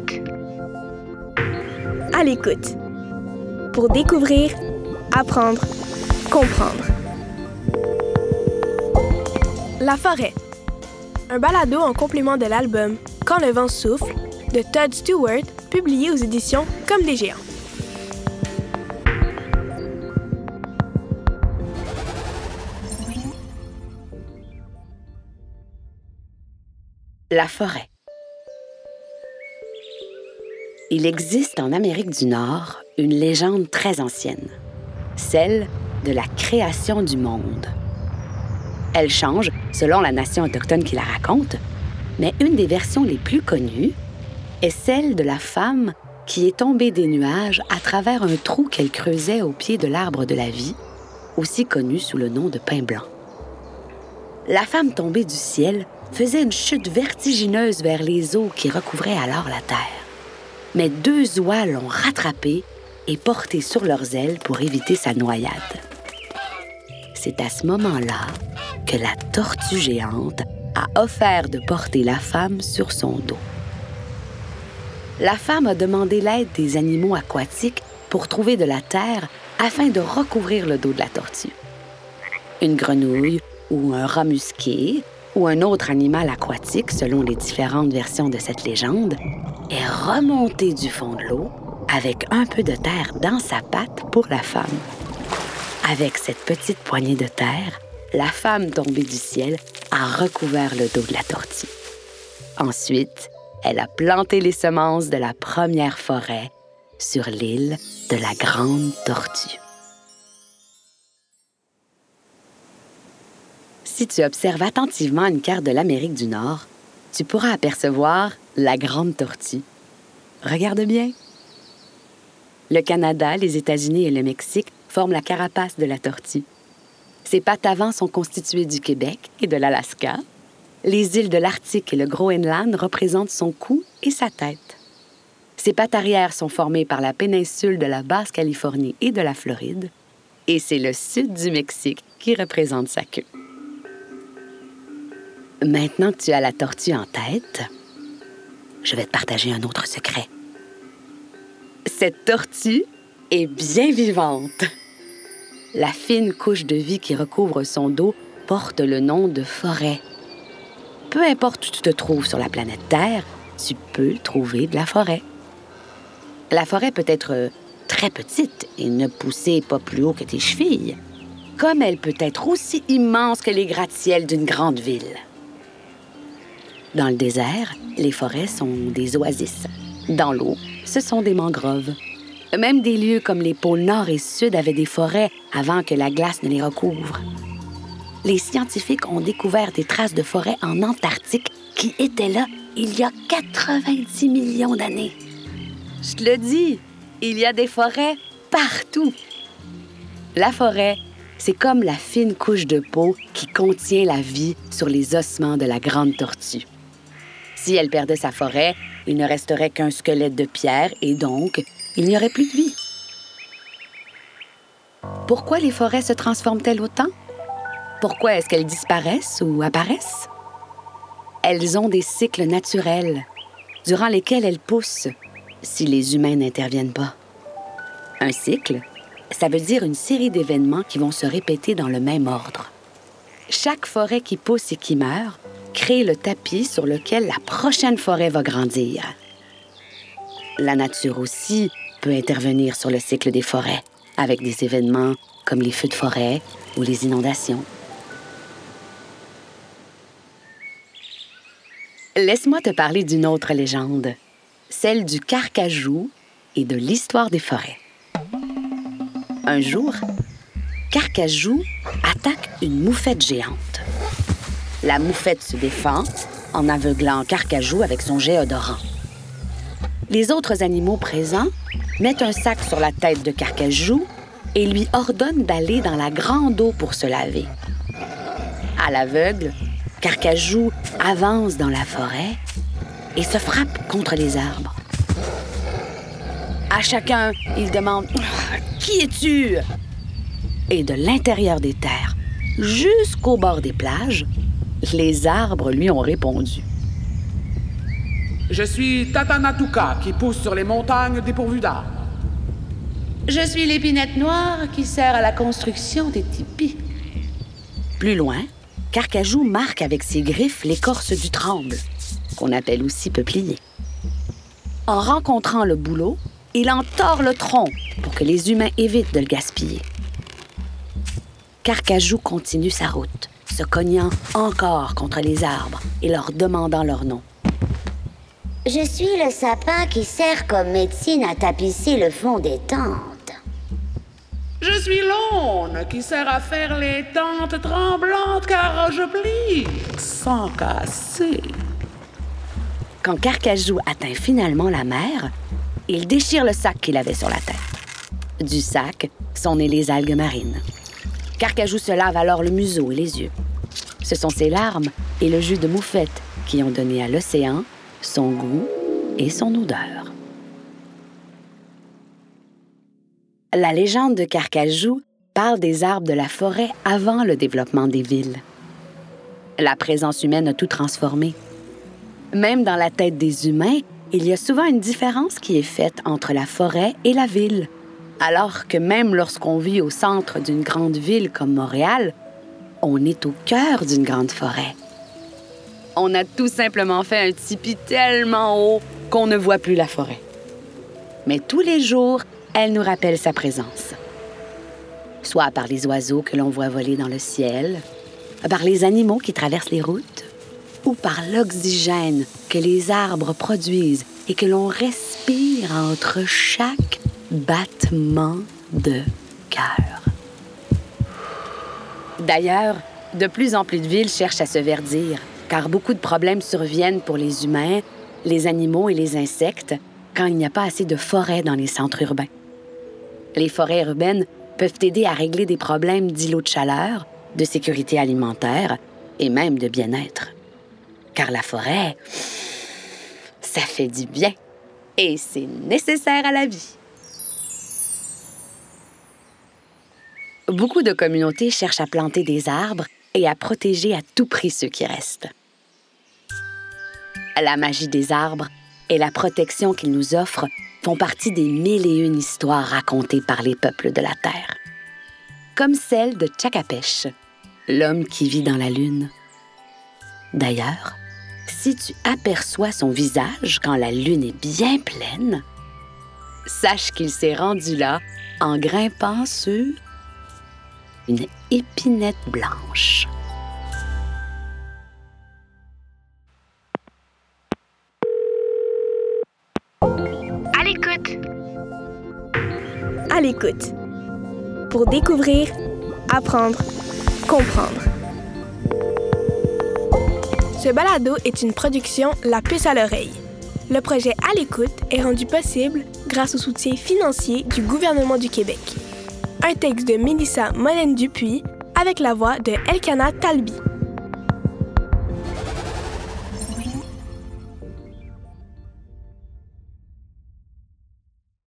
choc. À l'écoute. Pour découvrir, apprendre, comprendre. La forêt. Un balado en complément de l'album Quand le vent souffle de Todd Stewart, publié aux éditions Comme des géants. La forêt. Il existe en Amérique du Nord une légende très ancienne, celle de la création du monde. Elle change selon la nation autochtone qui la raconte, mais une des versions les plus connues est celle de la femme qui est tombée des nuages à travers un trou qu'elle creusait au pied de l'arbre de la vie, aussi connu sous le nom de pin blanc. La femme tombée du ciel faisait une chute vertigineuse vers les eaux qui recouvraient alors la terre. Mais deux oies l'ont rattrapée et portée sur leurs ailes pour éviter sa noyade. C'est à ce moment-là que la tortue géante a offert de porter la femme sur son dos. La femme a demandé l'aide des animaux aquatiques pour trouver de la terre afin de recouvrir le dos de la tortue. Une grenouille ou un rat musqué ou un autre animal aquatique, selon les différentes versions de cette légende, est remonté du fond de l'eau avec un peu de terre dans sa patte pour la femme. Avec cette petite poignée de terre, la femme tombée du ciel a recouvert le dos de la tortue. Ensuite, elle a planté les semences de la première forêt sur l'île de la Grande Tortue. Si tu observes attentivement une carte de l'Amérique du Nord, tu pourras apercevoir la Grande Tortue. Regarde bien. Le Canada, les États-Unis et le Mexique forment la carapace de la tortue. Ses pattes avant sont constituées du Québec et de l'Alaska. Les îles de l'Arctique et le Groenland représentent son cou et sa tête. Ses pattes arrière sont formées par la péninsule de la Basse-Californie et de la Floride. Et c'est le sud du Mexique qui représente sa queue. Maintenant que tu as la tortue en tête, je vais te partager un autre secret. Cette tortue est bien vivante. La fine couche de vie qui recouvre son dos porte le nom de forêt. Peu importe où tu te trouves sur la planète Terre, tu peux trouver de la forêt. La forêt peut être très petite et ne pousser pas plus haut que tes chevilles, comme elle peut être aussi immense que les gratte-ciels d'une grande ville. Dans le désert, les forêts sont des oasis. Dans l'eau, ce sont des mangroves. Même des lieux comme les pôles Nord et Sud avaient des forêts avant que la glace ne les recouvre. Les scientifiques ont découvert des traces de forêts en Antarctique qui étaient là il y a 90 millions d'années. Je te le dis, il y a des forêts partout. La forêt, c'est comme la fine couche de peau qui contient la vie sur les ossements de la grande tortue. Si elle perdait sa forêt, il ne resterait qu'un squelette de pierre et donc, il n'y aurait plus de vie. Pourquoi les forêts se transforment-elles autant? Pourquoi est-ce qu'elles disparaissent ou apparaissent? Elles ont des cycles naturels, durant lesquels elles poussent, si les humains n'interviennent pas. Un cycle, ça veut dire une série d'événements qui vont se répéter dans le même ordre. Chaque forêt qui pousse et qui meurt crée le tapis sur lequel la prochaine forêt va grandir. La nature aussi peut intervenir sur le cycle des forêts, avec des événements comme les feux de forêt ou les inondations. Laisse-moi te parler d'une autre légende, celle du carcajou et de l'histoire des forêts. Un jour, Carcajou attaque une moufette géante. La moufette se défend en aveuglant Carcajou avec son jet odorant. Les autres animaux présents mettent un sac sur la tête de Carcajou et lui ordonnent d'aller dans la grande eau pour se laver. À l'aveugle, Carcajou avance dans la forêt et se frappe contre les arbres. À chacun, il demande « Qui es-tu » Et de l'intérieur des terres jusqu'au bord des plages, les arbres lui ont répondu. Je suis Tatanatuka qui pousse sur les montagnes dépourvues d'arbres. Je suis l'épinette noire qui sert à la construction des tipis. Plus loin, Carcajou marque avec ses griffes l'écorce du tremble, qu'on appelle aussi peuplier. En rencontrant le bouleau, il en tord le tronc pour que les humains évitent de le gaspiller. Carcajou continue sa route, se cognant encore contre les arbres et leur demandant leur nom. Je suis le sapin qui sert comme médecine à tapisser le fond des tentes. Je suis l'aune qui sert à faire les tentes tremblantes car je plie sans casser. Quand Carcajou atteint finalement la mer, il déchire le sac qu'il avait sur la tête. Du sac sont nées les algues marines. Carcajou se lave alors le museau et les yeux. Ce sont ses larmes et le jus de moufette qui ont donné à l'océan son goût et son odeur. La légende de Carcajou parle des arbres de la forêt avant le développement des villes. La présence humaine a tout transformé. Même dans la tête des humains, il y a souvent une différence qui est faite entre la forêt et la ville. Alors que même lorsqu'on vit au centre d'une grande ville comme Montréal, on est au cœur d'une grande forêt. On a tout simplement fait un tipi tellement haut qu'on ne voit plus la forêt. Mais tous les jours, elle nous rappelle sa présence. Soit par les oiseaux que l'on voit voler dans le ciel, par les animaux qui traversent les routes, ou par l'oxygène que les arbres produisent et que l'on respire entre chaque battement de cœur. D'ailleurs, de plus en plus de villes cherchent à se verdir, car beaucoup de problèmes surviennent pour les humains, les animaux et les insectes quand il n'y a pas assez de forêts dans les centres urbains. Les forêts urbaines peuvent aider à régler des problèmes d'îlots de chaleur, de sécurité alimentaire et même de bien-être. Car la forêt, ça fait du bien et c'est nécessaire à la vie. Beaucoup de communautés cherchent à planter des arbres et à protéger à tout prix ceux qui restent. La magie des arbres et la protection qu'ils nous offrent font partie des 1001 histoires racontées par les peuples de la Terre. Comme celle de Tchakapèche, l'homme qui vit dans la lune. D'ailleurs, si tu aperçois son visage quand la lune est bien pleine, sache qu'il s'est rendu là en grimpant sur une épinette blanche. À l'écoute. À l'écoute. Pour découvrir, apprendre, comprendre. Ce balado est une production La Puce à l'oreille. Le projet À l'écoute est rendu possible grâce au soutien financier du gouvernement du Québec. Un texte de Mélissa Molène-Dupuis avec la voix de Elkana Talbi.